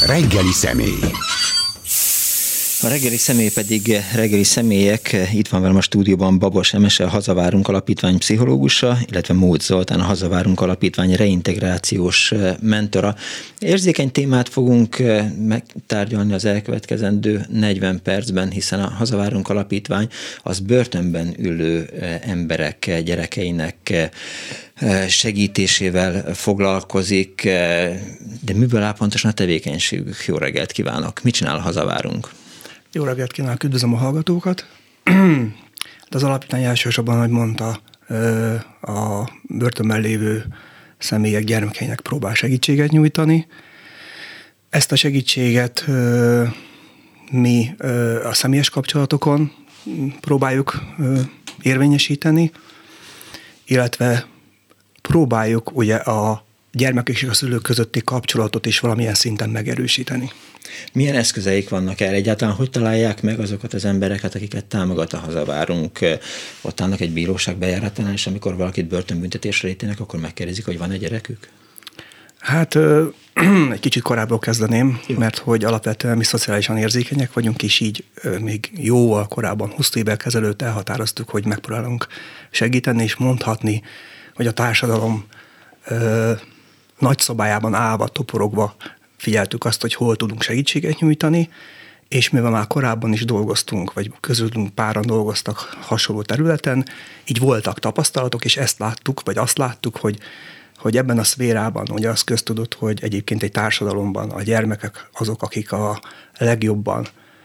Reggeli személy. A reggeli személy pedig reggeli személyek. Itt van velem a stúdióban Babos Emese, a Hazavárunk Alapítvány pszichológusa, illetve Móth Zoltán, a Hazavárunk Alapítvány reintegrációs mentora. Érzékeny témát fogunk megtárgyalni az elkövetkezendő 40 percben, hiszen a Hazavárunk Alapítvány az börtönben ülő emberek, gyerekeinek segítésével foglalkozik, de miből áll pontosan a tevékenységük? Jó reggelt kívánok! Mit csinál a Hazavárunk? Jó reggelt kívánok, üdvözlöm a hallgatókat. De az alapítvány elsősorban, ahogy mondta, a börtönben lévő személyek gyermekeinek próbál segítséget nyújtani. Ezt a segítséget mi a személyes kapcsolatokon próbáljuk érvényesíteni, illetve próbáljuk ugye a gyermekek és a szülők közötti kapcsolatot is valamilyen szinten megerősíteni. Milyen eszközeik vannak erre? Egyáltalán hogy találják meg azokat az embereket, akiket támogat a Hazavárunk? Ott állnak egy bíróság bejáratánál, és amikor valakit börtönbüntetésre ítélnek, akkor megkérdezik, hogy van egy gyerekük? Hát egy kicsit korábbról kezdeném, jó. Mert hogy alapvetően mi szociálisan érzékenyek vagyunk, és így még jóval korábban, 20 évvel ezelőtt elhatároztuk, hogy megpróbálunk segíteni, és mondhatni, hogy a társadalom nagy szobájában állva, toporogva figyeltük azt, hogy hol tudunk segítséget nyújtani, és mivel már korábban is dolgoztunk, vagy közülünk páran dolgoztak hasonló területen, így voltak tapasztalatok, és ezt láttuk, vagy azt láttuk, hogy ebben a szférában, ugye az köztudott, hogy egyébként egy társadalomban a gyermekek azok, akik a legjobban,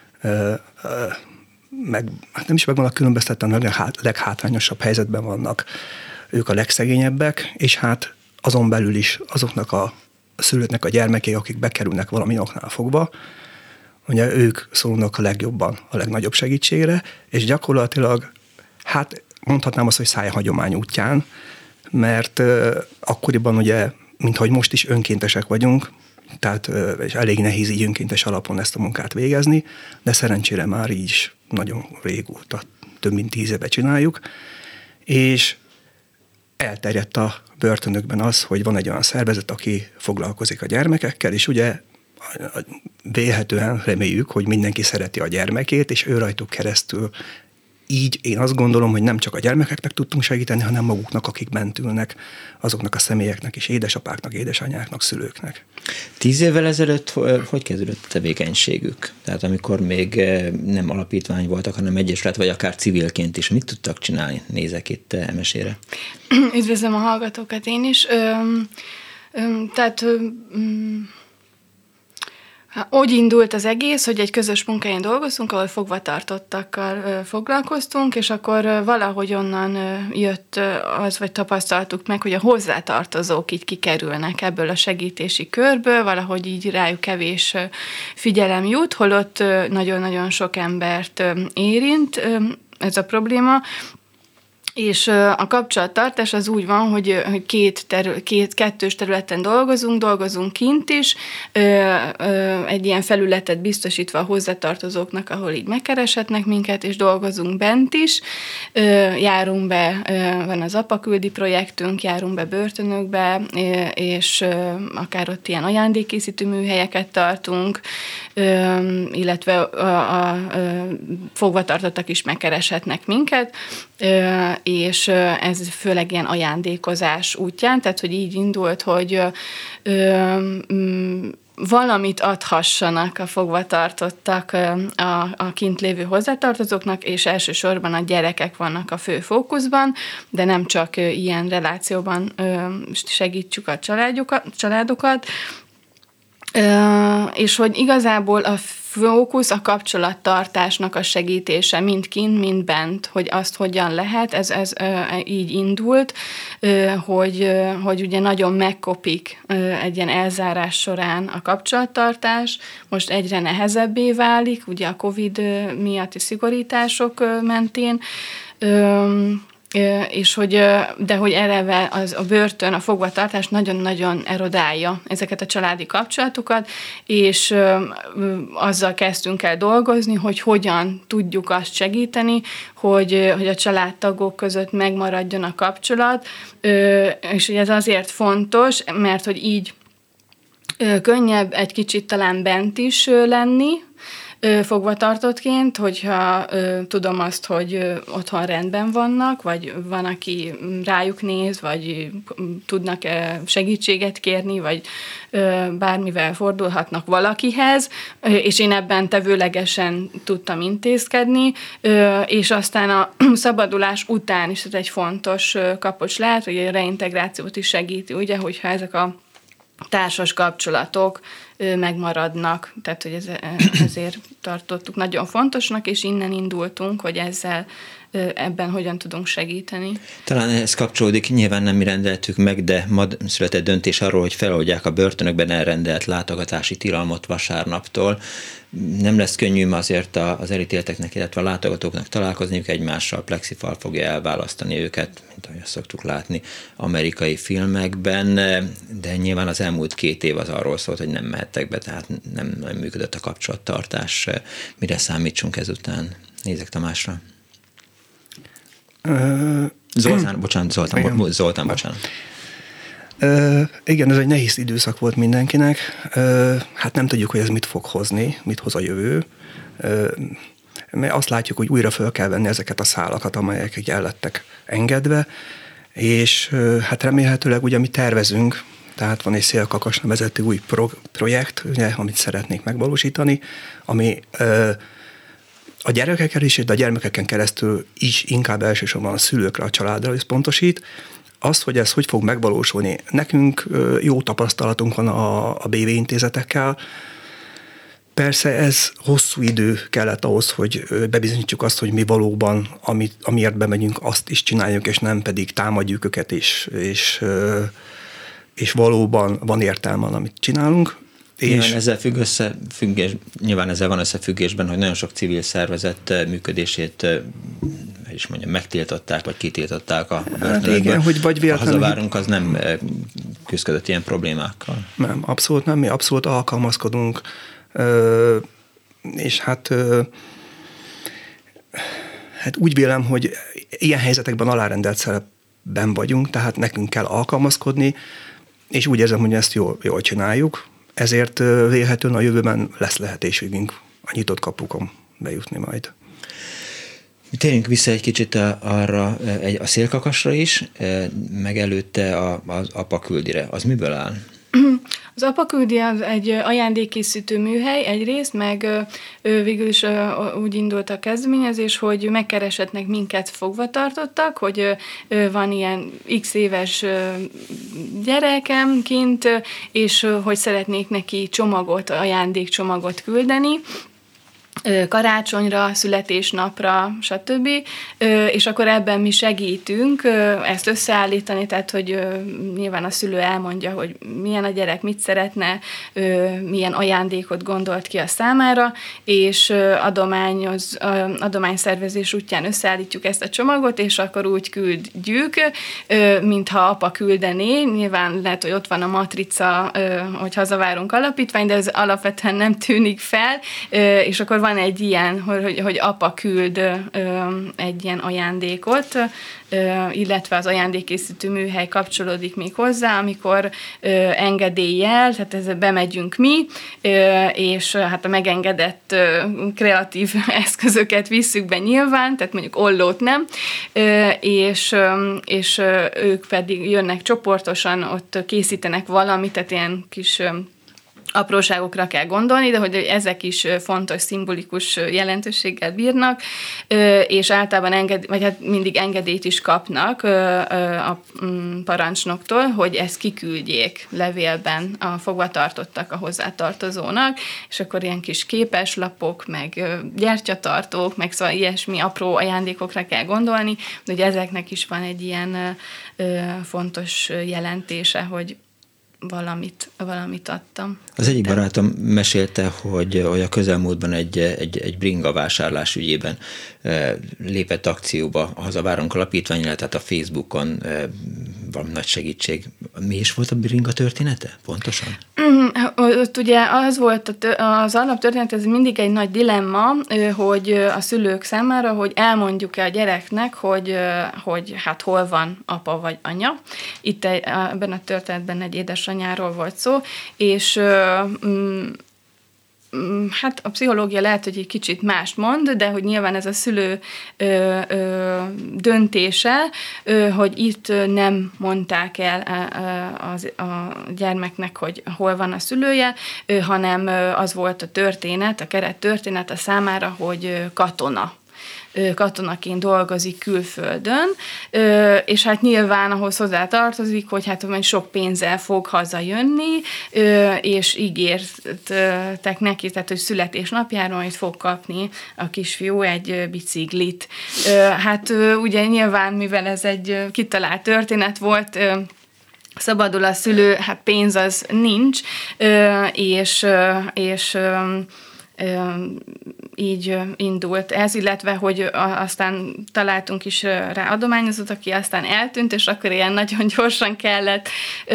hát nem is meg vannak különböztetve, a leghátrányosabb helyzetben vannak, ők a legszegényebbek, és hát azon belül is azoknak a szülőknek a gyermekei, akik bekerülnek valami oknál fogva, ugye ők szólnak a legjobban, a legnagyobb segítségre, és gyakorlatilag, hát mondhatnám azt, hogy szájhagyomány útján, mert akkoriban ugye, minthogy most is önkéntesek vagyunk, tehát és elég nehéz így önkéntes alapon ezt a munkát végezni, de szerencsére már így is nagyon régóta, több mint 10 éve csináljuk, és elterjedt a börtönökben az, hogy van egy olyan szervezet, aki foglalkozik a gyermekekkel, és ugye vélhetően reméljük, hogy mindenki szereti a gyermekét, és ő rajtuk keresztül így én azt gondolom, hogy nem csak a gyermekeknek tudtunk segíteni, hanem maguknak, akik bent ülnek, azoknak a személyeknek és édesapáknak, édesanyáknak, szülőknek. 10 évvel ezelőtt hogy kezdődött a tevékenységük? Tehát amikor még nem alapítvány voltak, hanem egyesület, vagy akár civilként is, mit tudtak csinálni? Nézek itt Emesére. Üdvözlöm a hallgatókat én is. Úgy indult az egész, hogy egy közös munkahelyen dolgoztunk, ahol fogvatartottakkal foglalkoztunk, és akkor valahogy onnan jött az, vagy tapasztaltuk meg, hogy a hozzátartozók így kikerülnek ebből a segítési körből, valahogy így rájuk kevés figyelem jut, holott nagyon-nagyon sok embert érint ez a probléma. És a kapcsolattartás az úgy van, hogy kettős területen dolgozunk kint is, egy ilyen felületet biztosítva a hozzátartozóknak, ahol így megkereshetnek minket, és dolgozunk bent is. Járunk be, van az Apa Küldi projektünk, járunk be börtönökbe, és akár ott ilyen ajándékkészítő műhelyeket tartunk, illetve a fogvatartottak is megkereshetnek minket, és ez főleg ilyen ajándékozás útján, tehát hogy így indult, hogy valamit adhassanak a fogvatartottak a kint lévő hozzátartozóknak, és elsősorban a gyerekek vannak a fő fókuszban, de nem csak ilyen relációban segítsük a családokat, és hogy igazából a fókusz a kapcsolattartásnak a segítése, mind kint, mind bent, hogy azt hogyan lehet, ez így indult, hogy ugye nagyon megkopik egy ilyen elzárás során a kapcsolattartás, most egyre nehezebbé válik, ugye a Covid miatti szigorítások mentén, és de hogy eleve a börtön, a fogvatartás nagyon-nagyon erodálja ezeket a családi kapcsolatokat, és azzal kezdtünk el dolgozni, hogy hogyan tudjuk azt segíteni, hogy a családtagok között megmaradjon a kapcsolat, és ez azért fontos, mert hogy így Könnyebb egy kicsit talán bent is lenni, fogvatartottként, hogyha tudom azt, hogy otthon rendben vannak, vagy van, aki rájuk néz, vagy tudnak segítséget kérni, vagy bármivel fordulhatnak valakihez, és én ebben tevőlegesen tudtam intézkedni, és aztán a szabadulás után is ez egy fontos kapocs lehet, hogy a reintegrációt is segíti, ugye, hogyha ezek a társas kapcsolatok megmaradnak, tehát hogy ezért tartottuk nagyon fontosnak, és innen indultunk, hogy ebben hogyan tudunk segíteni. Talán ez kapcsolódik, nyilván nem mi rendeltük meg, de ma született döntés arról, hogy feloldják a börtönökben elrendelt látogatási tilalmat vasárnaptól. Nem lesz könnyű azért az elítélteknek, illetve a látogatóknak találkozniuk egymással, plexifal fogja elválasztani őket, mint ahogy azt szoktuk látni amerikai filmekben, de nyilván az elmúlt 2 év az arról szólt, hogy nem mehettek be, tehát nem működött a kapcsolattartás. Mire számítsunk ezután? Nézek Tamásra. Zoltán, bocsánat. Igen, ez egy nehéz időszak volt mindenkinek. Hát nem tudjuk, hogy ez mit fog hozni, mit hoz a jövő. Mert azt látjuk, hogy újra föl kell venni ezeket a szálakat, amelyek el lettek engedve, és hát remélhetőleg ugye mi tervezünk, tehát van egy Szélkakas nevezetű új projekt, ugye, amit szeretnék megvalósítani, ami a gyerekekkel is, de a gyermekeken keresztül is inkább elsősorban a szülőkre, a családra összpontosít. Az, hogy ez hogy fog megvalósulni. Nekünk jó tapasztalatunk van a BV intézetekkel. Persze ez hosszú idő kellett ahhoz, hogy bebizonyítsuk azt, hogy mi valóban, amiért bemegyünk, azt is csináljuk, és nem pedig támadjuk őket, és valóban van értelme, amit csinálunk. Nyilván ezzel van összefüggésben, hogy nagyon sok civil szervezet működését megtiltották, vagy kitiltották a börtönökből. Hát igen, hogy vagy véletlenül... A hazavárunk az nem küzdött ilyen problémákkal. Nem, abszolút nem, mi abszolút alkalmazkodunk, és hát úgy vélem, hogy ilyen helyzetekben alárendelt szerepben vagyunk, tehát nekünk kell alkalmazkodni, és úgy érzem, hogy ezt jól csináljuk, ezért vélhetően a jövőben lesz lehetőségünk a nyitott kapukon bejutni majd. Térjünk vissza egy kicsit arra, a Szélkakasra is, meg előtte az Apa Küldire. Az miből áll? Az Apa Küldi az egy ajándékkészítő műhely egyrészt, meg végül is úgy indult a kezdeményezés, hogy megkeresetnek minket fogvatartottak, hogy van ilyen x éves gyerekem kint, és hogy szeretnék neki ajándékcsomagot küldeni, karácsonyra, születésnapra, stb. És akkor ebben mi segítünk ezt összeállítani, tehát hogy nyilván a szülő elmondja, hogy milyen a gyerek, mit szeretne, milyen ajándékot gondolt ki a számára, és adományszervezés útján összeállítjuk ezt a csomagot, és akkor úgy küldjük, mintha apa küldené. Nyilván lehet, hogy ott van a matrica, hogy Hazavárunk Alapítvány, de ez alapvetően nem tűnik fel, és akkor van egy ilyen, hogy apa küld egy ilyen ajándékot, illetve az ajándékkészítő műhely kapcsolódik még hozzá, amikor engedéllyel, tehát ezzel bemegyünk mi, és hát a megengedett kreatív eszközöket visszük be nyilván, tehát mondjuk ollót nem, és ők pedig jönnek csoportosan, ott készítenek valamit, tehát ilyen kis apróságokra kell gondolni, de hogy ezek is fontos, szimbolikus jelentőséggel bírnak, és általában mindig engedélyt is kapnak a parancsnoktól, hogy ezt kiküldjék levélben a fogvatartottak a hozzátartozónak, és akkor ilyen kis képeslapok, meg gyertyatartók, meg szóval ilyesmi apró ajándékokra kell gondolni, de hogy ezeknek is van egy ilyen fontos jelentése, hogy valamit adtam. Az egyik barátom mesélte, hogy a közelmúltban egy bringa vásárlás ügyében lépett akcióba a Hazavárunk Alapítvány, tehát a Facebookon valami nagy segítség. Mi is volt a bringa története? Pontosan? Ott ugye az volt az alaptörténet, ez mindig egy nagy dilemma, hogy a szülők számára, hogy elmondjuk-e a gyereknek, hogy hát hol van apa vagy anya. Itt ebben a történetben egy édesanyáról volt szó, és hát a pszichológia lehet, hogy egy kicsit mást mond, de hogy nyilván ez a szülő döntése, hogy itt nem mondták el a gyermeknek, hogy hol van a szülője, hanem az volt a történet, a keret történet a számára, hogy katonaként dolgozik külföldön, és hát nyilván ahhoz hozzá tartozik, hogy hát sok pénzzel fog hazajönni, és ígértek neki, tehát hogy születésnapjára majd fog kapni a kisfiú egy biciklit. Hát ugye nyilván, mivel ez egy kitalált történet volt, szabadul a szülő, hát pénz az nincs, és így indult ez, illetve, hogy aztán találtunk is rá adományozót, aki aztán eltűnt, és akkor ilyen nagyon gyorsan kellett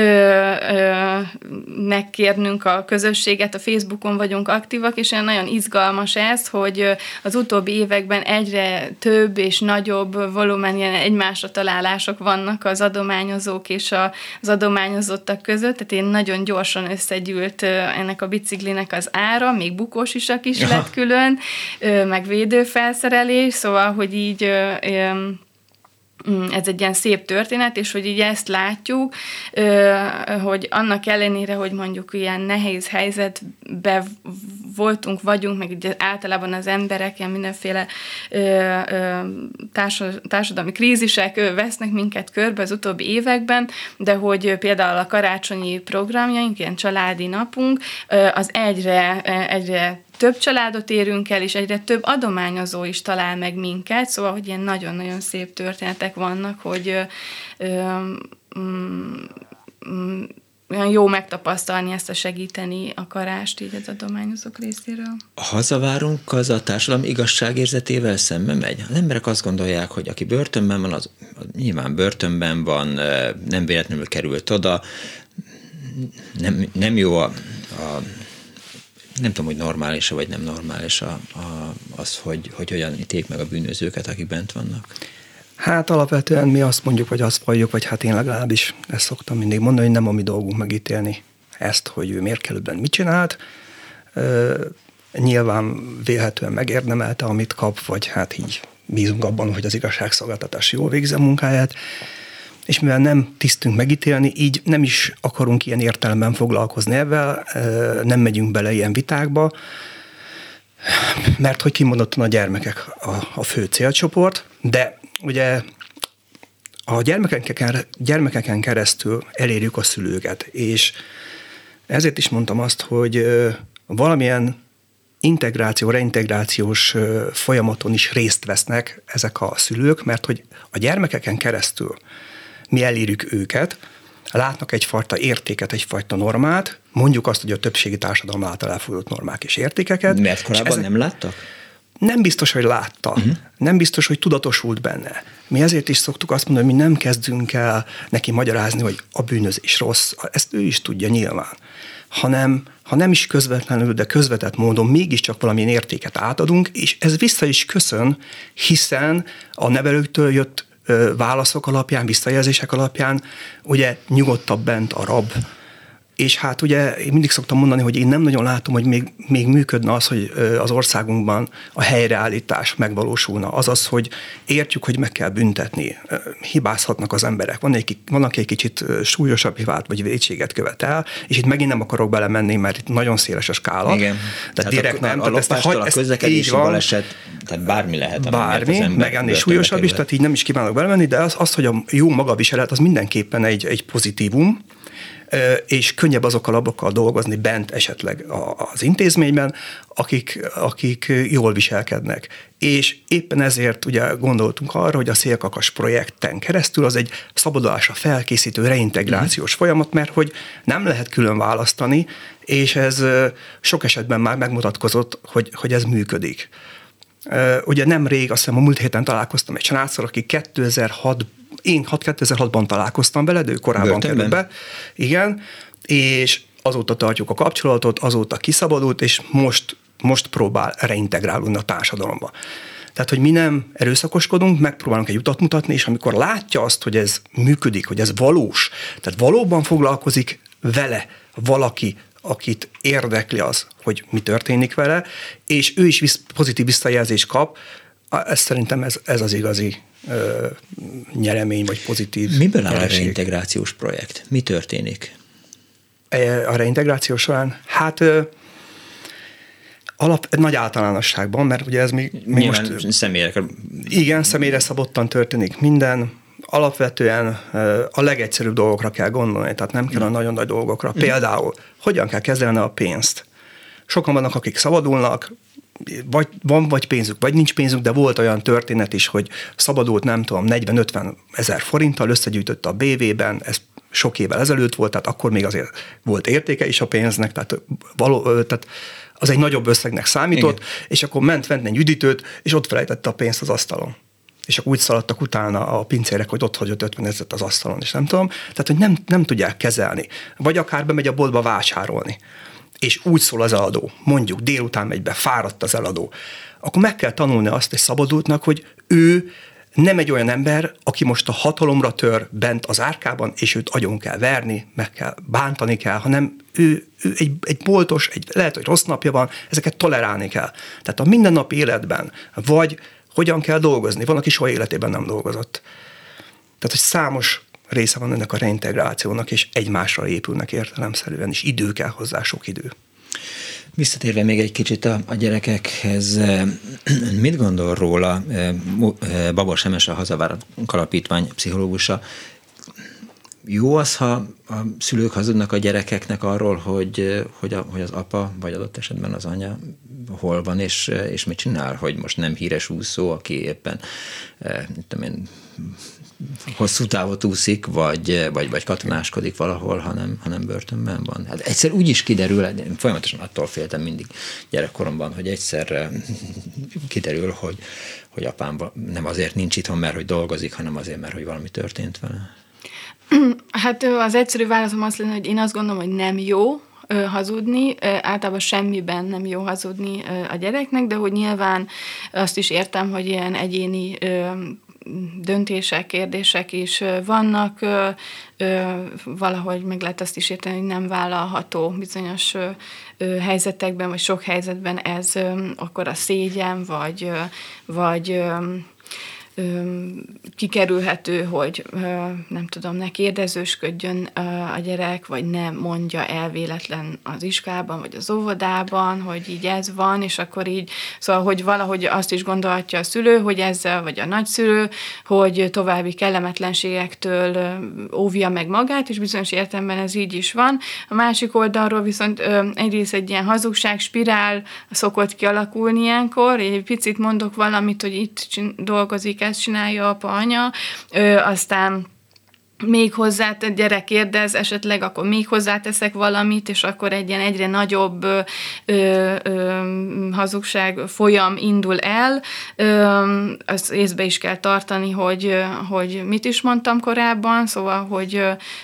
megkérnünk a közösséget, a Facebookon vagyunk aktívak, és ilyen nagyon izgalmas ez, hogy az utóbbi években egyre több és nagyobb volumenű egymásra találások vannak az adományozók és az adományozottak között, tehát én nagyon gyorsan összegyűlt ennek a biciklinek az ára, még bukós isak is lett külön, meg védőfelszerelés, szóval, hogy így ez egy ilyen szép történet, és hogy így ezt látjuk, hogy annak ellenére, hogy mondjuk ilyen nehéz helyzetben vagyunk, meg ugye általában az emberek ilyen mindenféle társadalmi krízisek vesznek minket körbe az utóbbi években, de hogy például a karácsonyi programjaink, ilyen családi napunk, az egyre több családot érünk el, és egyre több adományozó is talál meg minket, szóval, hogy ilyen nagyon-nagyon szép történetek vannak, hogy olyan jó megtapasztalni ezt a segíteni akarást így az adományozók részéről. Hazavárunk az a társadalom igazságérzetével szembe megy? Az emberek azt gondolják, hogy aki börtönben van, az nyilván börtönben van, nem véletlenül került oda, nem jó nem tudom, hogy normális vagy nem normális az, hogy hogyan ítélik meg a bűnözőket, akik bent vannak. Hát alapvetően mi azt mondjuk, vagy azt valljuk, vagy hát én legalábbis ezt szoktam mindig mondani, hogy nem a mi dolgunk megítélni ezt, hogy ő mérkelőben mit csinált. Nyilván vélhetően megérdemelte, amit kap, vagy hát így bízunk abban, hogy az igazságszolgáltatás jól végzi a munkáját. És mivel nem tisztünk megítélni, így nem is akarunk ilyen értelemben foglalkozni ezzel, nem megyünk bele ilyen vitákba, mert hogy kimondottan a gyermekek a fő célcsoport, de ugye a gyermekeken keresztül elérjük a szülőket, és ezért is mondtam azt, hogy valamilyen reintegrációs folyamaton is részt vesznek ezek a szülők, mert hogy a gyermekeken keresztül mi elérjük őket, látnak egyfajta értéket, egyfajta normát, mondjuk azt, hogy a többségi társadalom által elfogadott normák és értékeket. Mert korábban nem láttak? Nem biztos, hogy látta. Nem biztos, hogy tudatosult benne. Mi ezért is szoktuk azt mondani, hogy mi nem kezdünk el neki magyarázni, hogy a bűnözés rossz, ezt ő is tudja nyilván. Ha nem is közvetlenül, de közvetett módon mégiscsak valamilyen értéket átadunk, és ez vissza is köszön, hiszen a nevelőktől jött válaszok alapján, visszajelzések alapján ugye nyugodtabb bent a rab. És hát ugye én mindig szoktam mondani, hogy én nem nagyon látom, hogy még működne az, hogy az országunkban a helyreállítás megvalósulna. Azaz, hogy értjük, hogy meg kell büntetni. Hibázhatnak az emberek. Van, aki egy kicsit súlyosabb hibát vagy vétséget követel, és itt megint nem akarok belemenni, mert itt nagyon széles a skála. Igen. Tehát direkt nem. A lopástól a közlekedési baleset, tehát bármi lehet. Bármi, meg ennél súlyosabb is, tehát így nem is kívánok belemenni, de az, hogy a jó magaviselet, az mindenképpen egy pozitívum, és könnyebb azokkal abbokkal dolgozni bent esetleg az intézményben, akik jól viselkednek. És éppen ezért ugye gondoltunk arra, hogy a Szélkakas projekten keresztül az egy szabadulásra felkészítő reintegrációs folyamat, mert hogy nem lehet külön választani, és ez sok esetben már megmutatkozott, hogy ez működik. Ugye nemrég, azt hiszem a múlt héten találkoztam egy családdal, aki Én 2006-ban találkoztam veled, ő korábban került be. Igen, és azóta tartjuk a kapcsolatot, azóta kiszabadult, és most próbál reintegrálódni a társadalomba. Tehát, hogy mi nem erőszakoskodunk, megpróbálunk egy utat mutatni, és amikor látja azt, hogy ez működik, hogy ez valós, tehát valóban foglalkozik vele valaki, akit érdekli az, hogy mi történik vele, és ő is pozitív visszajelzést kap, ez szerintem ez az igazi nyeremény, vagy pozitív Miből áll a reintegrációs projekt? Mi történik? A reintegráció során? Hát nagy általánosságban, mert ugye ez még most... Személyre. Igen, személyre szabottan történik minden. Alapvetően a legegyszerűbb dolgokra kell gondolni, tehát nem kell a nagyon nagy dolgokra. Például, hogyan kell kezelni a pénzt? Sokan vannak, akik szabadulnak, vagy pénzük, vagy nincs pénzük, de volt olyan történet is, hogy szabadult, nem tudom, 40-50 ezer forinttal, összegyűjtötte a BV-ben, ez sok évvel ezelőtt volt, tehát akkor még azért volt értéke is a pénznek, tehát az egy nagyobb összegnek számított, igen. És akkor ment venni egy üdítőt, és ott felejtette a pénzt az asztalon. És akkor úgy szaladtak utána a pincérek, hogy ott hagyott 50 ezeret az asztalon, és nem tudom. Tehát, hogy nem tudják kezelni. Vagy akár bemegy a boltba vásárolni, és úgy szól az eladó, mondjuk délután megy be, fáradt az eladó, akkor meg kell tanulni azt egy szabadultnak, hogy ő nem egy olyan ember, aki most a hatalomra tör bent az árkában, és őt agyon kell verni, meg kell bántani kell, hanem ő egy boltos, lehet, hogy rossz napja van, ezeket tolerálni kell. Tehát a mindennapi életben, vagy hogyan kell dolgozni, van, aki soha életében nem dolgozott. Tehát, hogy számos része van ennek a reintegrációnak, és egymásra épülnek értelemszerűen, és idő kell hozzá, sok idő. Visszatérve még egy kicsit a gyerekekhez, mit gondol róla Babos Emese, a Hazavárunk Alapítvány pszichológusa? Jó az, ha a szülők hazudnak a gyerekeknek arról, hogy az apa, vagy adott esetben az anya hol van, és mit csinál, hogy most nem híres úszó, aki éppen hosszú távot úszik, vagy katonáskodik valahol, hanem börtönben van. Hát egyszer úgy is kiderül, én folyamatosan attól féltem mindig gyerekkoromban, hogy egyszer kiderül, hogy apám nem azért nincs itthon, mert hogy dolgozik, hanem azért, mert hogy valami történt vele. Hát az egyszerű válaszom az lenne, hogy én azt gondolom, hogy nem jó hazudni, általában semmiben nem jó hazudni a gyereknek, de hogy nyilván azt is értem, hogy ilyen egyéni döntések, kérdések is vannak, valahogy meg lehet azt is érteni, hogy nem vállalható bizonyos helyzetekben, vagy sok helyzetben ez akkor a szégyen, vagy kikerülhető, hogy nem tudom, ne kérdezősködjön a gyerek, vagy nem mondja el véletlen az iskolában, vagy az óvodában, hogy így ez van, és akkor így, szóval, hogy valahogy azt is gondolhatja a szülő, hogy ezzel, vagy a nagyszülő, hogy további kellemetlenségektől óvja meg magát, és bizonyos értelemben ez így is van. A másik oldalról viszont egyrészt egy ilyen hazugság spirál szokott kialakulni ilyenkor, egy picit mondok valamit, hogy itt dolgozik, ezt csinálja apa, anya, aztán még hozzá, a gyerek kérdez, esetleg akkor még hozzáteszek valamit, és akkor egy ilyen egyre nagyobb hazugság folyam indul el. Azt észbe is kell tartani, hogy mit is mondtam korábban, szóval, hogy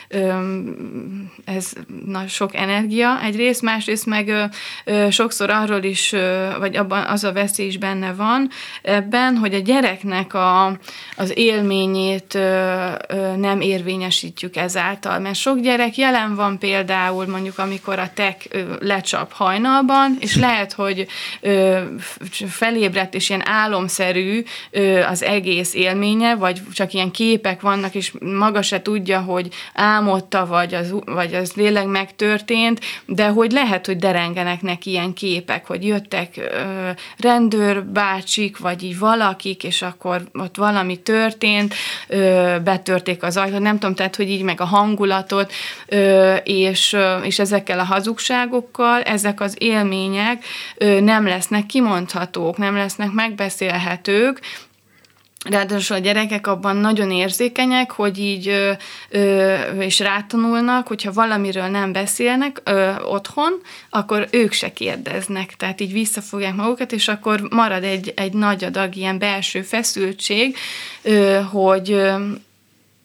ez sok energia egyrészt, másrészt meg sokszor arról is, vagy abban az a veszély is benne van ebben, hogy a gyereknek az élményét nem érvényesítjük ezáltal, mert sok gyerek jelen van például mondjuk, amikor a tek lecsap hajnalban, és lehet, hogy felébredt és ilyen álomszerű az egész élménye, vagy csak ilyen képek vannak, és maga se tudja, hogy álmodta, vagy az tényleg megtörtént, de hogy lehet, hogy derengenek neki ilyen képek, hogy jöttek rendőrbácsik, vagy így valakik, és akkor ott valami történt, betörték az ajtót, nem tudom, tehát, hogy így meg a hangulatot, és ezekkel a hazugságokkal ezek az élmények nem lesznek kimondhatók, nem lesznek megbeszélhetők. Ráadásul a gyerekek abban nagyon érzékenyek, hogy így és rátanulnak, hogyha valamiről nem beszélnek otthon, akkor ők se kérdeznek, tehát így visszafogják magukat, és akkor marad egy nagy adag ilyen belső feszültség, hogy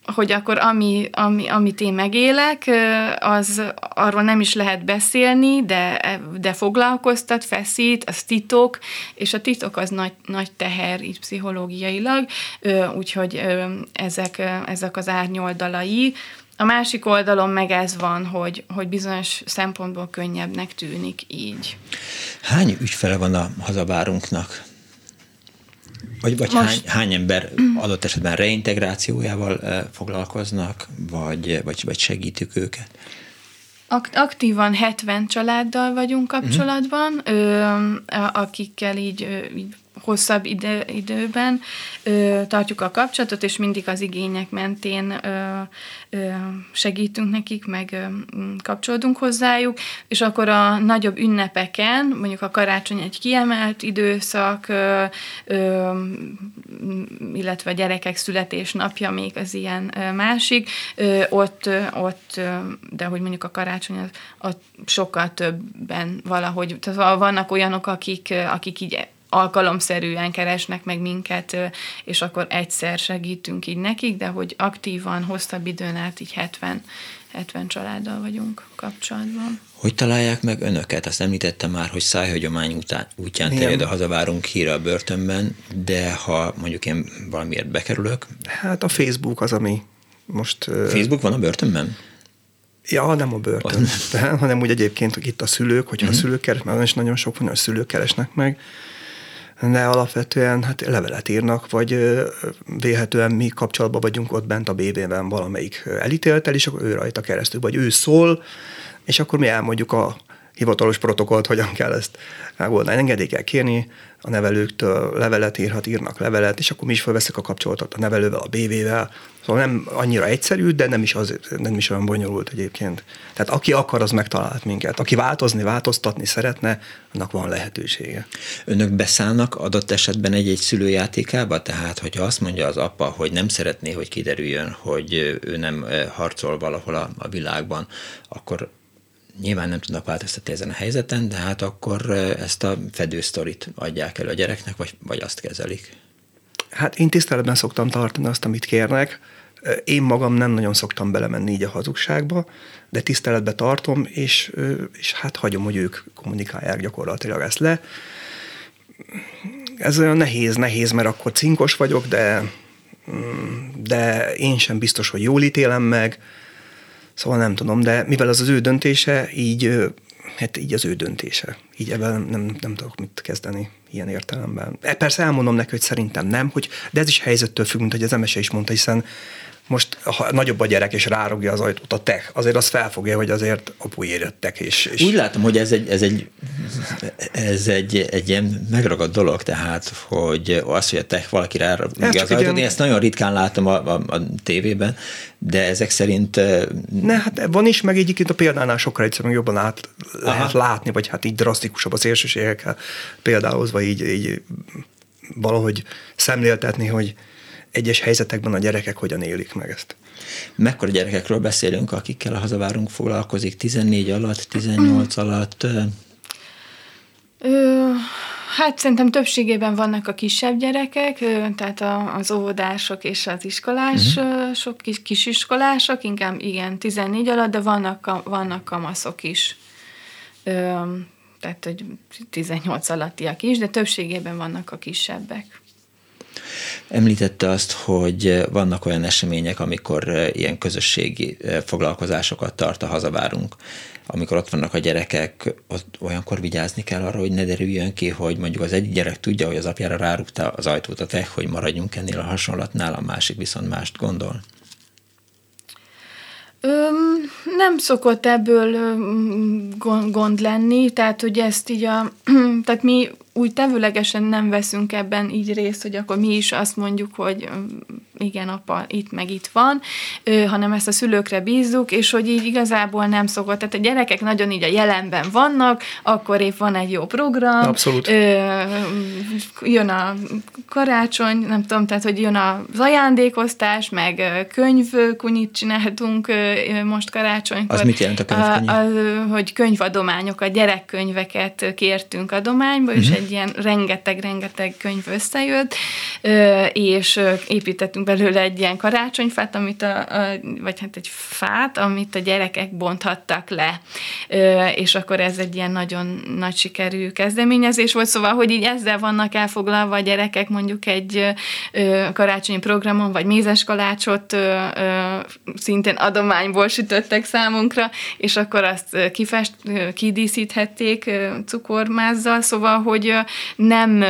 hogy akkor amit én megélek, az arról nem is lehet beszélni, de foglalkoztat, feszít, az titok, és a titok az nagy teher így pszichológiailag, úgyhogy ezek az árnyoldalai. A másik oldalon meg ez van, hogy bizonyos szempontból könnyebbnek tűnik így. Hány ügyfele van a hazavárunknak? Vagy hány ember adott esetben reintegrációjával foglalkoznak, vagy segítjük őket? Aktívan 70 családdal vagyunk kapcsolatban, akikkel így hosszabb időben tartjuk a kapcsolatot, és mindig az igények mentén segítünk nekik, meg kapcsolódunk hozzájuk, és akkor a nagyobb ünnepeken, mondjuk a karácsony egy kiemelt időszak, illetve a gyerekek születésnapja még az ilyen másik, ott de hogy mondjuk a karácsony az sokkal többen valahogy, tehát vannak olyanok, akik így alkalomszerűen keresnek meg minket, és akkor egyszer segítünk így nekik, de hogy aktívan, hosszabb időn át így 70 családdal vagyunk kapcsolatban. Hogy találják meg önöket? Azt említettem már, hogy szájhagyomány útján terjed a Hazavárunk híre a börtönben, de ha mondjuk én valamiért bekerülök? Hát a Facebook az, ami most... Facebook van a börtönben? Ja, nem a börtön, hanem úgy egyébként, hogy itt a szülők, hogyha a szülők keresnek, mert is nagyon sok van, hogy a szülők keresnek meg, de alapvetően hát levelet írnak, vagy vélhetően mi kapcsolatban vagyunk ott bent a BB-ben valamelyik elítéltel, és akkor ő rajta keresztül, vagy ő szól, és akkor mi elmondjuk a hivatalos protokollt, hogyan kell ezt megoldani. Engedélyt kell kérni a nevelőktől, levelet írnak levelet, és akkor mi is felveszünk a kapcsolatot a nevelővel, a BB-vel. Szóval nem annyira egyszerű, de nem is olyan bonyolult egyébként. Tehát aki akar, az megtalálhat minket. Aki változtatni szeretne, annak van lehetősége. Önök beszállnak adott esetben egy szülőjátékába? Tehát, hogyha azt mondja az apa, hogy nem szeretné, hogy kiderüljön, hogy ő nem harcol valahol a világban, akkor nyilván nem tudnak változtatni ezen a helyzeten, de hát akkor ezt a fedősztorit adják elő a gyereknek, vagy azt kezelik? Hát én tiszteletben szoktam tartani azt, amit kérnek. Én magam nem nagyon szoktam belemenni így a hazugságba, de tiszteletbe tartom, és hát hagyom, hogy ők kommunikálják gyakorlatilag ezt le. Ez olyan nehéz, mert akkor cinkos vagyok, de én sem biztos, hogy jól ítélem meg. Szóval nem tudom, de mivel az ő döntése, így az ő döntése. Így ebben nem tudok mit kezdeni ilyen értelemben. Persze elmondom neki, hogy szerintem nem, de ez is helyzettől függ, mint hogy az Emese is mondta, hiszen most, ha nagyobb a gyerek és rárogja az ajtót a tech, azért az felfogja, hogy azért apuért jöttek. És... Úgy látom, hogy ez egy ilyen megragadt dolog, tehát, hogy az, hogy a tech valaki rárogja az ajtót, én ezt nagyon ritkán látom a tévében, de ezek szerint... Hát van is, meg egyébként a példánál sokkal egyszerűen jobban lehet látni, vagy hát így drasztikusabb az szélsőségekkel példálozva így valahogy szemléltetni, hogy egyes helyzetekben a gyerekek hogyan élik meg ezt. Mekkora gyerekekről beszélünk, akikkel a Hazavárunk foglalkozik? 14 alatt, 18 alatt? Hát szerintem többségében vannak a kisebb gyerekek, tehát az óvodások és az iskolások, kisiskolások, inkább igen, 14 alatt, de vannak kamaszok is. Tehát, hogy 18 alattiak is, de többségében vannak a kisebbek. Említette azt, hogy vannak olyan események, amikor ilyen közösségi foglalkozásokat tart a Hazavárunk. Amikor ott vannak a gyerekek, ott olyankor vigyázni kell arra, hogy ne derüljön ki, hogy mondjuk az egyik gyerek tudja, hogy az apjára rárúgta az ajtót a tech, hogy maradjunk ennél a hasonlatnál, a másik viszont mást gondol. Nem szokott ebből gond lenni, tehát hogy ezt így tehát mi úgy tevőlegesen nem veszünk ebben így részt, hogy akkor mi is azt mondjuk, hogy igen, apa itt meg itt van, hanem ezt a szülőkre bízzuk, és hogy így igazából nem szokott. Tehát a gyerekek nagyon így a jelenben vannak, akkor épp van egy jó program. Abszolút. Jön a karácsony, nem tudom, tehát hogy jön az ajándékoztás, meg könyvkunyit csináltunk most karácsonykor. Az mit jelent a könyvkunyi? Hogy könyvadományokat, gyerekkönyveket kértünk adományba, és egy ilyen rengeteg könyv összejött, és építettünk belőle egy ilyen karácsonyfát, vagy hát egy fát, amit a gyerekek bonthattak le. És akkor ez egy ilyen nagyon nagy sikerű kezdeményezés volt, szóval, hogy így ezzel vannak elfoglalva a gyerekek mondjuk egy karácsonyi programon, vagy mézes kalácsot szintén adományból sütöttek számunkra, és akkor azt kidíszíthették cukormázzal, szóval, hogy nem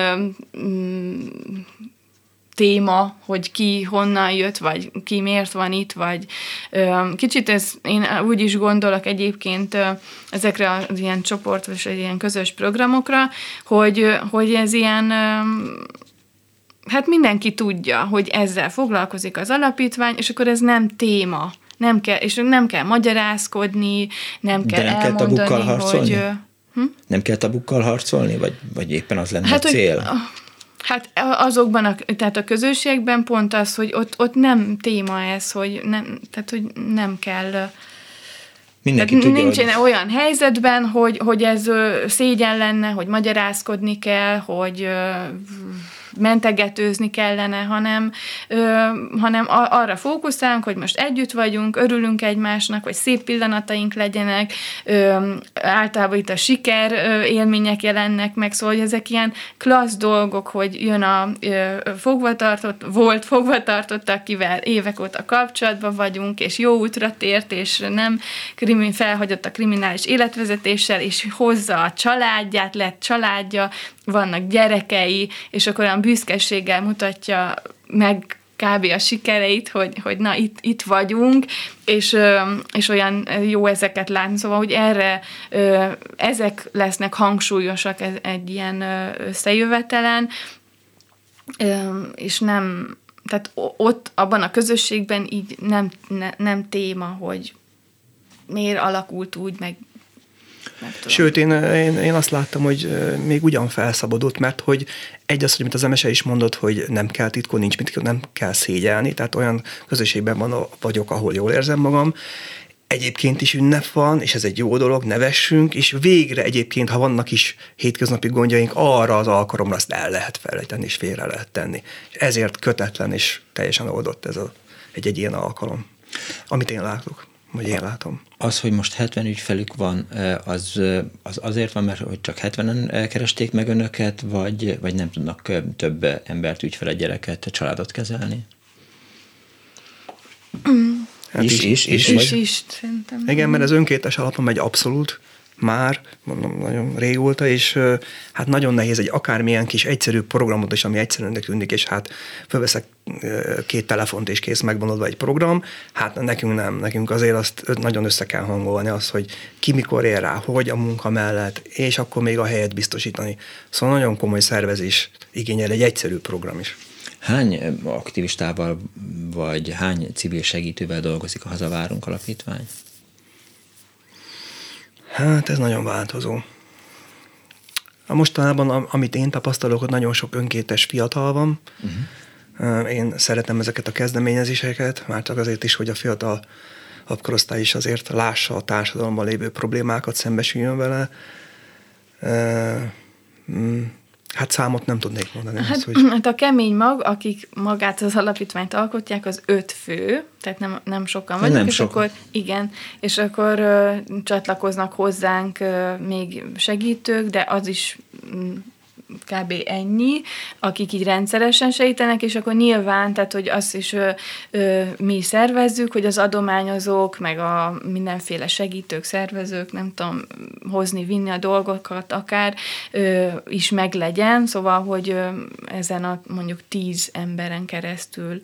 téma, hogy ki honnan jött, vagy ki miért van itt, vagy kicsit én úgy is gondolok egyébként ezekre az ilyen csoportos, vagy ilyen közös programokra, hogy ez ilyen hát mindenki tudja, hogy ezzel foglalkozik az alapítvány, és akkor ez nem téma. Nem kell magyarázkodni, nem kell elmondani, hogy... Nem kell tabukkal harcolni, vagy éppen az lenne a cél? Hát azokban, tehát a közösségben pont az, hogy ott nem téma ez, hogy nem kell... Nincsen olyan helyzetben, hogy ez szégyen lenne, hogy magyarázkodni kell, hogy mentegetőzni kellene, hanem arra fókuszálunk, hogy most együtt vagyunk, örülünk egymásnak, hogy szép pillanataink legyenek, általában itt a siker élmények jelennek meg, szóval hogy ezek ilyen klassz dolgok, hogy jön a fogvatartott, akivel évek óta kapcsolatban vagyunk, és jó útra tért, és nem felhagyott a kriminális életvezetéssel, és hozza a családját, lett családja, vannak gyerekei, és akkor olyan büszkeséggel mutatja meg kb. A sikereit, hogy na itt vagyunk, és olyan jó ezeket látni. Szóval, hogy erre ezek lesznek hangsúlyosak egy ilyen összejövetelen, és nem, tehát ott abban a közösségben így nem téma, hogy miért alakult úgy, meg sőt, én azt láttam, hogy még ugyan felszabadult, mert hogy az, hogy amit az Emese is mondott, hogy nem kell titkolni, nincs mit, nem kell szégyelni, tehát olyan közösségben vagyok, ahol jól érzem magam. Egyébként is ünnep van, és ez egy jó dolog, nevessünk, és végre egyébként, ha vannak is hétköznapi gondjaink, arra az alkalomra azt el lehet felejteni, és félre lehet tenni. És ezért kötetlen és teljesen oldott ez egy ilyen alkalom, amit én látok. Vagy én látom. Az, hogy most 70 ügyfelük van, az azért van, mert hogy csak 70-en keresték meg önöket, vagy nem tudnak több embert, ügyfelet, gyereket, családot kezelni? Hát is, szerintem. Igen, mert ez önkéntes alapon megy abszolút, már, mondom, nagyon régóta, és hát nagyon nehéz egy akármilyen kis egyszerű programot is, ami egyszerűnek tűnik, és hát fölveszek 2 telefont, és kész, megvonodva egy program, hát nekünk nem, nekünk azért azt nagyon össze kell hangolni, az, hogy ki mikor ér rá, hogy a munka mellett, és akkor még a helyet biztosítani. Szóval nagyon komoly szervezés igényel egy egyszerű program is. Hány aktivistával, vagy hány civil segítővel dolgozik a Hazavárunk Alapítvány? Hát ez nagyon változó. Mostanában, amit én tapasztalok, hogy nagyon sok önkéntes fiatal van. Uh-huh. Én szeretem ezeket a kezdeményezéseket, már csak azért is, hogy a fiatal korosztály is azért lássa a társadalomban lévő problémákat, szembesüljön vele. Hát számot nem tudnék mondani. Hát a kemény mag, akik magát az alapítványt alkotják, az 5 fő, tehát nem sokan vagyunk, és sokan. Akkor igen, és akkor csatlakoznak hozzánk még segítők, de az is kb. Ennyi, akik így rendszeresen segítenek, és akkor nyilván, tehát hogy azt is mi szervezzük, hogy az adományozók, meg a mindenféle segítők, szervezők, nem tudom, hozni, vinni a dolgokat akár, is meglegyen, szóval, hogy ezen a mondjuk 10 emberen keresztül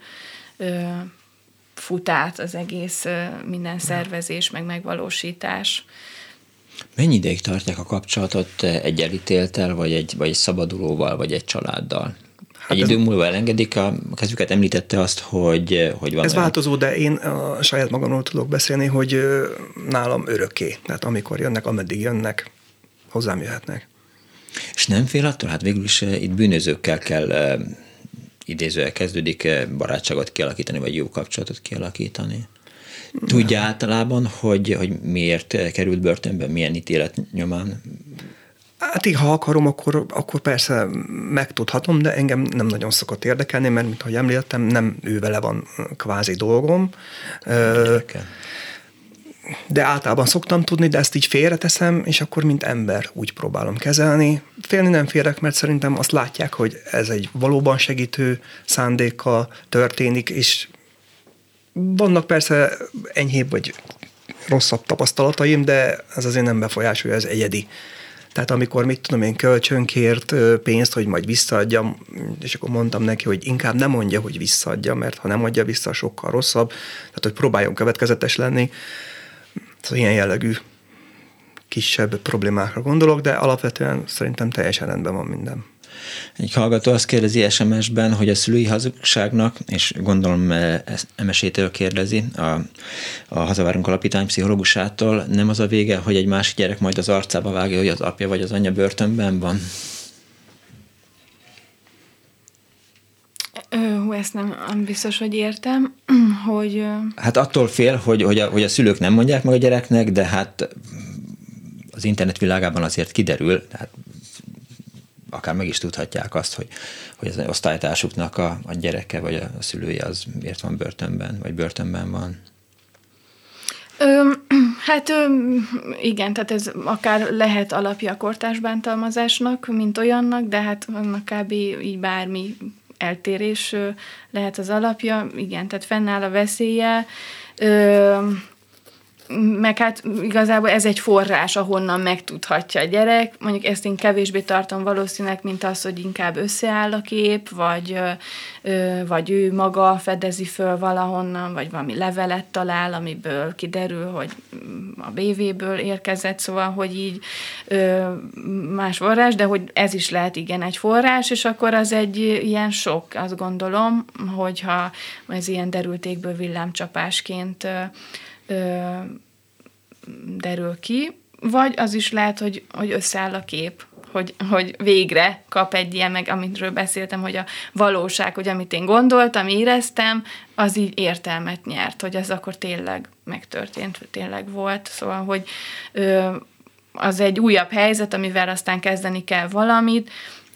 fut át az egész minden szervezés, meg megvalósítás. Mennyi ideig tartják a kapcsolatot egy elítélttel, vagy egy szabadulóval, vagy egy családdal? Hát egy idő múlva elengedik a kezüket, említette azt, hogy van. Ez változó, de én a saját magamról tudok beszélni, hogy nálam örökké. Tehát amikor jönnek, ameddig jönnek, hozzám jöhetnek. És nem fél attól? Hát végül is itt bűnözőkkel kell idézővel kezdődik barátságot kialakítani, vagy jó kapcsolatot kialakítani. Tudja általában, hogy miért került börtönbe, milyen ítélet nyomán? Hát így, ha akarom, akkor persze megtudhatom, de engem nem nagyon szokott érdekelni, mert, mint ahogy említettem, nem ő vele van kvázi dolgom. De általában szoktam tudni, de ezt így félreteszem, és akkor mint ember úgy próbálom kezelni. Félni nem félek, mert szerintem azt látják, hogy ez egy valóban segítő szándékkal történik, és vannak persze enyhébb vagy rosszabb tapasztalataim, de ez azért nem befolyásolja, ez egyedi. Tehát amikor, mit tudom én, kölcsönkért pénzt, hogy majd visszaadjam, és akkor mondtam neki, hogy inkább nem mondja, hogy visszaadja, mert ha nem adja vissza, sokkal rosszabb. Tehát, hogy próbáljon következetes lenni. Szóval ilyen jellegű kisebb problémákra gondolok, de alapvetően szerintem teljesen rendben van minden. Egy hallgató azt kérdezi SMS-ben, hogy a szülői hazugságnak, és gondolom MS-től kérdezi, a Hazavárunk Alapítvány pszichológusától, nem az a vége, hogy egy másik gyerek majd az arcába vágja, hogy az apja vagy az anyja börtönben van? Ezt nem biztos, hogy értem, hogy... Hát attól fél, hogy a szülők nem mondják meg a gyereknek, de hát az internet világában azért kiderül, tehát akár meg is tudhatják azt, hogy az osztálytársuknak a gyereke vagy a szülője az miért van börtönben, vagy börtönben van. Igen, tehát ez akár lehet alapja a kortárs bántalmazásnak, mint olyannak, de hát annak kb. Így bármi eltérés lehet az alapja. Igen, tehát fennáll a veszélye. Meg hát igazából ez egy forrás, ahonnan megtudhatja a gyerek. Mondjuk ezt én kevésbé tartom valószínűleg, mint az, hogy inkább összeáll a kép, vagy ő maga fedezi föl valahonnan, vagy valami levelet talál, amiből kiderül, hogy a BV-ből érkezett, szóval, hogy így más forrás, de hogy ez is lehet igen egy forrás, és akkor az egy ilyen sok, azt gondolom, hogyha ez ilyen derültékből villámcsapásként derül ki, vagy az is lehet, hogy összeáll a kép, hogy végre kap egy ilyen, meg amitről beszéltem, hogy a valóság, hogy amit én gondoltam, éreztem, az így értelmet nyert, hogy ez akkor tényleg megtörtént, tényleg volt. Szóval, hogy az egy újabb helyzet, amivel aztán kezdeni kell valamit.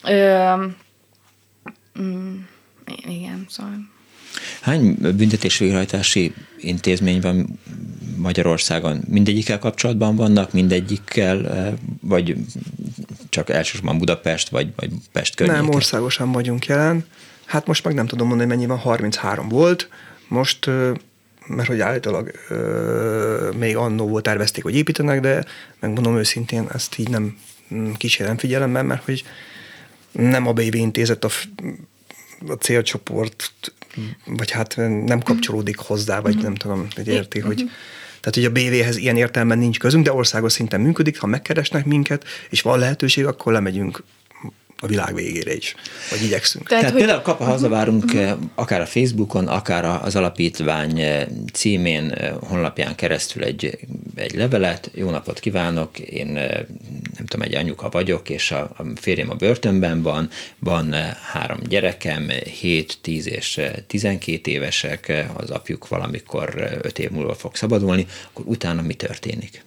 Igen, szóval... Hány büntetésvégrehajtási intézmény van Magyarországon? Mindegyikkel kapcsolatban vannak, mindegyikkel, vagy csak elsősorban Budapest, vagy Pest környéke? Nem, országosan vagyunk jelen. Hát most meg nem tudom mondani, mennyi van, 33 volt. Most, mert hogy állítólag még annó tervezték, hogy építenek, de megmondom őszintén, ezt így nem kísérem figyelemben, mert hogy nem a BV intézet a célcsoport, vagy hát nem kapcsolódik hozzá, vagy nem tudom, hogy érti, hogy tehát, hogy a BV-hez ilyen értelemben nincs közünk, de országos szinten működik, ha megkeresnek minket, és van lehetőség, akkor lemegyünk a világ végére is, vagy igyekszünk. Tehát például kap a Hazavárunk akár a Facebookon, akár az alapítvány címén, honlapján keresztül egy levelet, jó napot kívánok, én nem tudom, egy anyuka vagyok, és a férjem a börtönben van 3 gyerekem, 7, 10 és 12 évesek, az apjuk valamikor 5 év múlva fog szabadulni, akkor utána mi történik?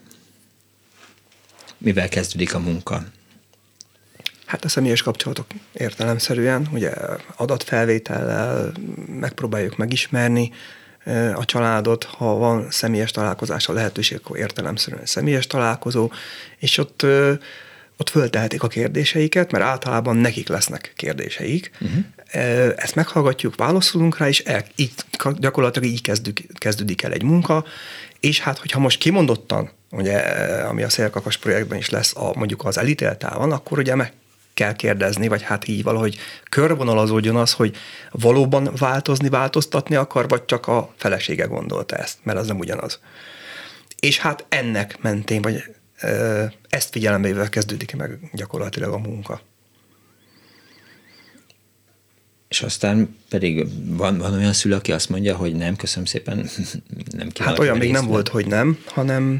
Mivel kezdődik a munka? Hát a személyes kapcsolatok értelemszerűen, ugye adatfelvétellel megpróbáljuk megismerni a családot, ha van személyes találkozásra lehetőség, akkor értelemszerűen személyes találkozó, és ott föltehetik a kérdéseiket, mert általában nekik lesznek kérdéseik. Ezt meghallgatjuk, válaszolunk rá, és gyakorlatilag így kezdődik el egy munka, és hát, hogyha most kimondottan, ugye, ami a Szélkakas projektben is lesz, mondjuk az elítéltávon, akkor ugye meg kell kérdezni, vagy hát így valahogy körvonalazódjon az, hogy valóban változtatni akar, vagy csak a felesége gondolta ezt, mert az nem ugyanaz. És hát ennek mentén, vagy ezt figyelembe véve kezdődik meg gyakorlatilag a munka. És aztán pedig van olyan szülő, aki azt mondja, hogy nem, köszönöm szépen, nem kívánok. Hát olyan még nem volt, hogy nem, hanem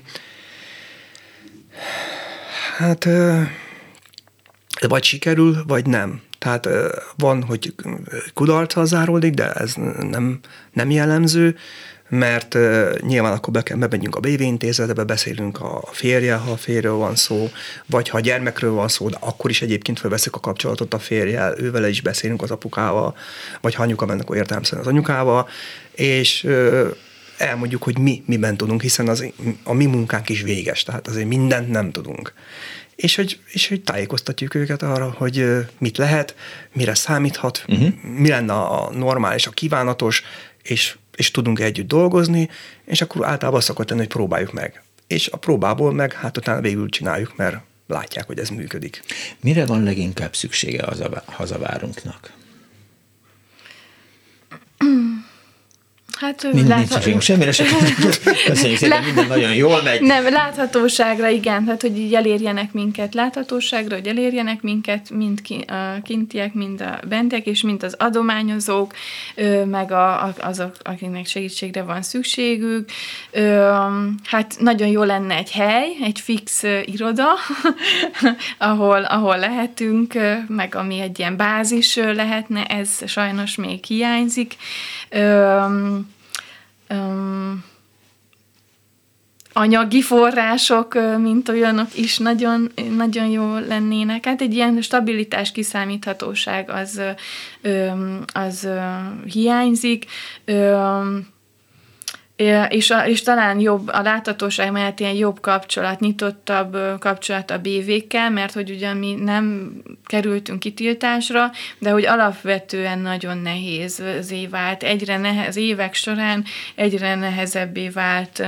hát vagy sikerül, vagy nem. Tehát van, hogy kudarccal záródik, de ez nem jellemző. mert nyilván akkor bemegyünk a BV intézetbe, beszélünk a férje, ha a férjről van szó, vagy ha a gyermekről van szó, de akkor is egyébként felveszünk a kapcsolatot a férjel, ővele is beszélünk, az apukával, vagy ha anyuka benne, akkor értelemszerűen az anyukával, és elmondjuk, hogy miben tudunk, hiszen a mi munkánk is véges, tehát azért mindent nem tudunk. És hogy tájékoztatjuk őket arra, hogy mit lehet, mire számíthat, mi lenne a normális, a kívánatos, és tudunk együtt dolgozni, és akkor általában azt szokott tenni, hogy próbáljuk meg. És a próbából meg hát utána végül csináljuk, mert látják, hogy ez működik. Mire van leginkább szüksége a hazavárunknak? Hát nincs semmire sem. Köszönjük szépen, minden nagyon jól megy. Nem, láthatóságra, igen, tehát hogy így elérjenek minket láthatóságra, hogy elérjenek minket mind a kintiek, mind a bentiek, és mind az adományozók, meg azok, akiknek segítségre van szükségük. Hát nagyon jó lenne egy hely, egy fix iroda, ahol lehetünk, meg ami egy ilyen bázis lehetne, ez sajnos még hiányzik. Anyagi források, mint olyanok is nagyon, nagyon jó lennének. Hát egy ilyen stabilitás, kiszámíthatóság az hiányzik, és talán jobb a láthatóság mellett ilyen jobb kapcsolat, nyitottabb kapcsolat a BV-kkel, mert hogy ugyan mi nem kerültünk kitiltásra, de hogy alapvetően nagyon nehéz vált. Az évek során egyre nehezebbé vált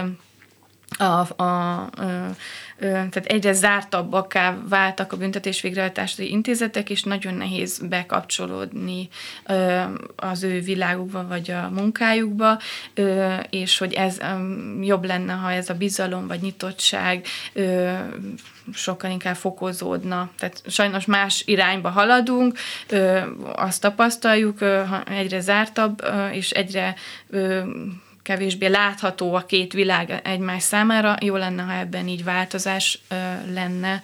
tehát egyre zártabbakká váltak a büntetésvégrehajtási intézetek, és nagyon nehéz bekapcsolódni az ő világukba, vagy a munkájukba, és hogy ez jobb lenne, ha ez a bizalom, vagy nyitottság sokkal inkább fokozódna. Tehát sajnos más irányba haladunk, azt tapasztaljuk, egyre zártabb, és egyre kevésbé látható a két világ egymás számára. Jó lenne, ha ebben így változás lenne.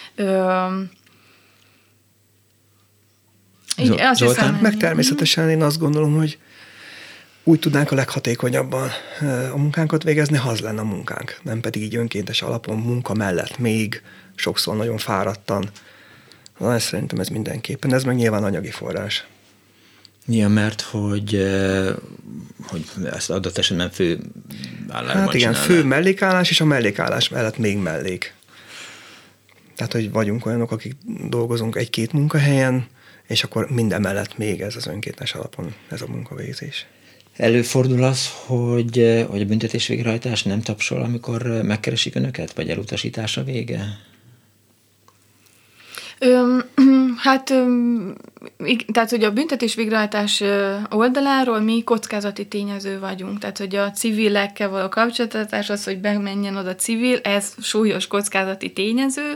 Meg természetesen én azt gondolom, hogy úgy tudnánk a leghatékonyabban a munkánkat végezni, ha az lenne a munkánk. Nem pedig így önkéntes alapon, munka mellett még sokszor nagyon fáradtan. Na, szerintem ez mindenképpen. Ez meg nyilván anyagi forrás. Igen, mert hogy ezt adott esetben fő állásban hát igen, csinálná. fő mellékállás, és a mellékállás mellett még mellék. Tehát, hogy vagyunk olyanok, akik dolgozunk egy-két munkahelyen, és akkor minden mellett még ez az önkéntes alapon, ez a munkavégzés. Előfordul az, hogy a büntetés végrehajtás nem tapsol, amikor megkeresik önöket, vagy elutasítása vége? Tehát, hogy a büntetés végrehajtás oldaláról mi kockázati tényező vagyunk. Tehát, hogy a civilekkel való kapcsolattartás, az, hogy bemenjen oda civil, ez súlyos kockázati tényező,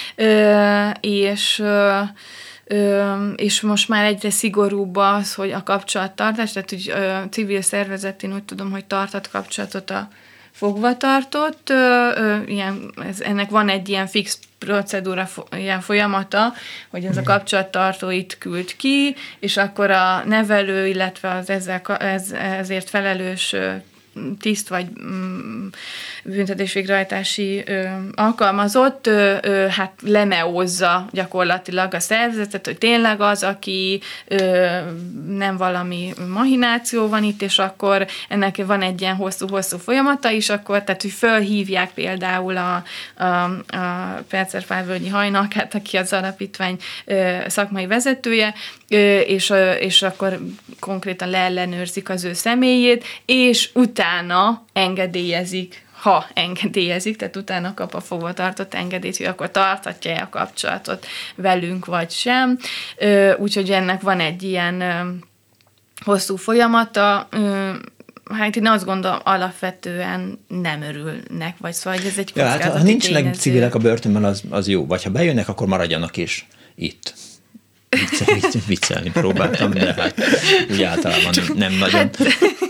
és most már egyre szigorúbb az, hogy a kapcsolattartás, tehát hogy civil szervezet, én úgy tudom, hogy tartott kapcsolatot a fogvatartott, ennek van egy ilyen fix procedúra, ilyen folyamata, hogy ez a kapcsolattartó itt küld ki, és akkor a nevelő, illetve az ezért felelős tiszt vagy büntetésvégrehajtási alkalmazott, hát lemeózza gyakorlatilag a szervezetet, hogy tényleg az, aki nem valami mahináció van itt, és akkor ennek van egy ilyen hosszú-hosszú folyamata is, akkor, tehát, hogy fölhívják például a Percer-Pálvölgyi Hajnalkát, aki az alapítvány szakmai vezetője, és akkor konkrétan leellenőrzik az ő személyét, és utána engedélyezik, tehát utána kap a fogvatartott engedélyt, hogy akkor tarthatja a kapcsolatot velünk, vagy sem. Úgyhogy ennek van egy ilyen hosszú folyamata. Hát én azt gondolom, alapvetően nem örülnek, vagy szóval ez egy kockázati tényező. Ha nincsenek civilek a börtönben, az jó. Vagy ha bejönnek, akkor maradjanak is itt. Viccelni próbáltam, de hát úgy általában nem nagyon.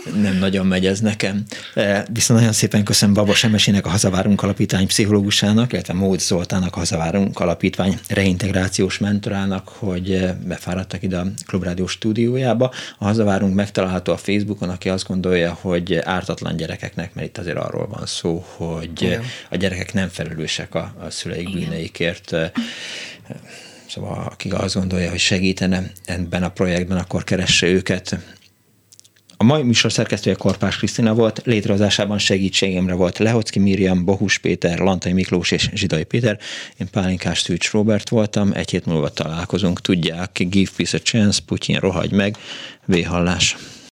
Nem nagyon megy ez nekem. Viszont nagyon szépen köszönöm Babos Emesének, a Hazavárunk Alapítvány pszichológusának, illetve Móth Zoltánnak, a Hazavárunk Alapítvány reintegrációs mentorának, hogy befáradtak ide a Klubrádió stúdiójába. A Hazavárunk megtalálható a Facebookon, aki azt gondolja, hogy ártatlan gyerekeknek, mert itt azért arról van szó, hogy a gyerekek nem felelősek a szüleik bűneikért. Szóval aki azt gondolja, hogy segítene ebben a projektben, akkor keresse őket. A mai műsor szerkesztője Korpás Krisztina volt, létrehozásában segítségemre volt Lehocki Miriam, Bohus Péter, Lantai Miklós és Zsidai Péter. Én Pálinkás Tűcs Róbert voltam, egy hét múlva találkozunk. Tudják, give peace a chance, Putyin rohagy meg, véhallás.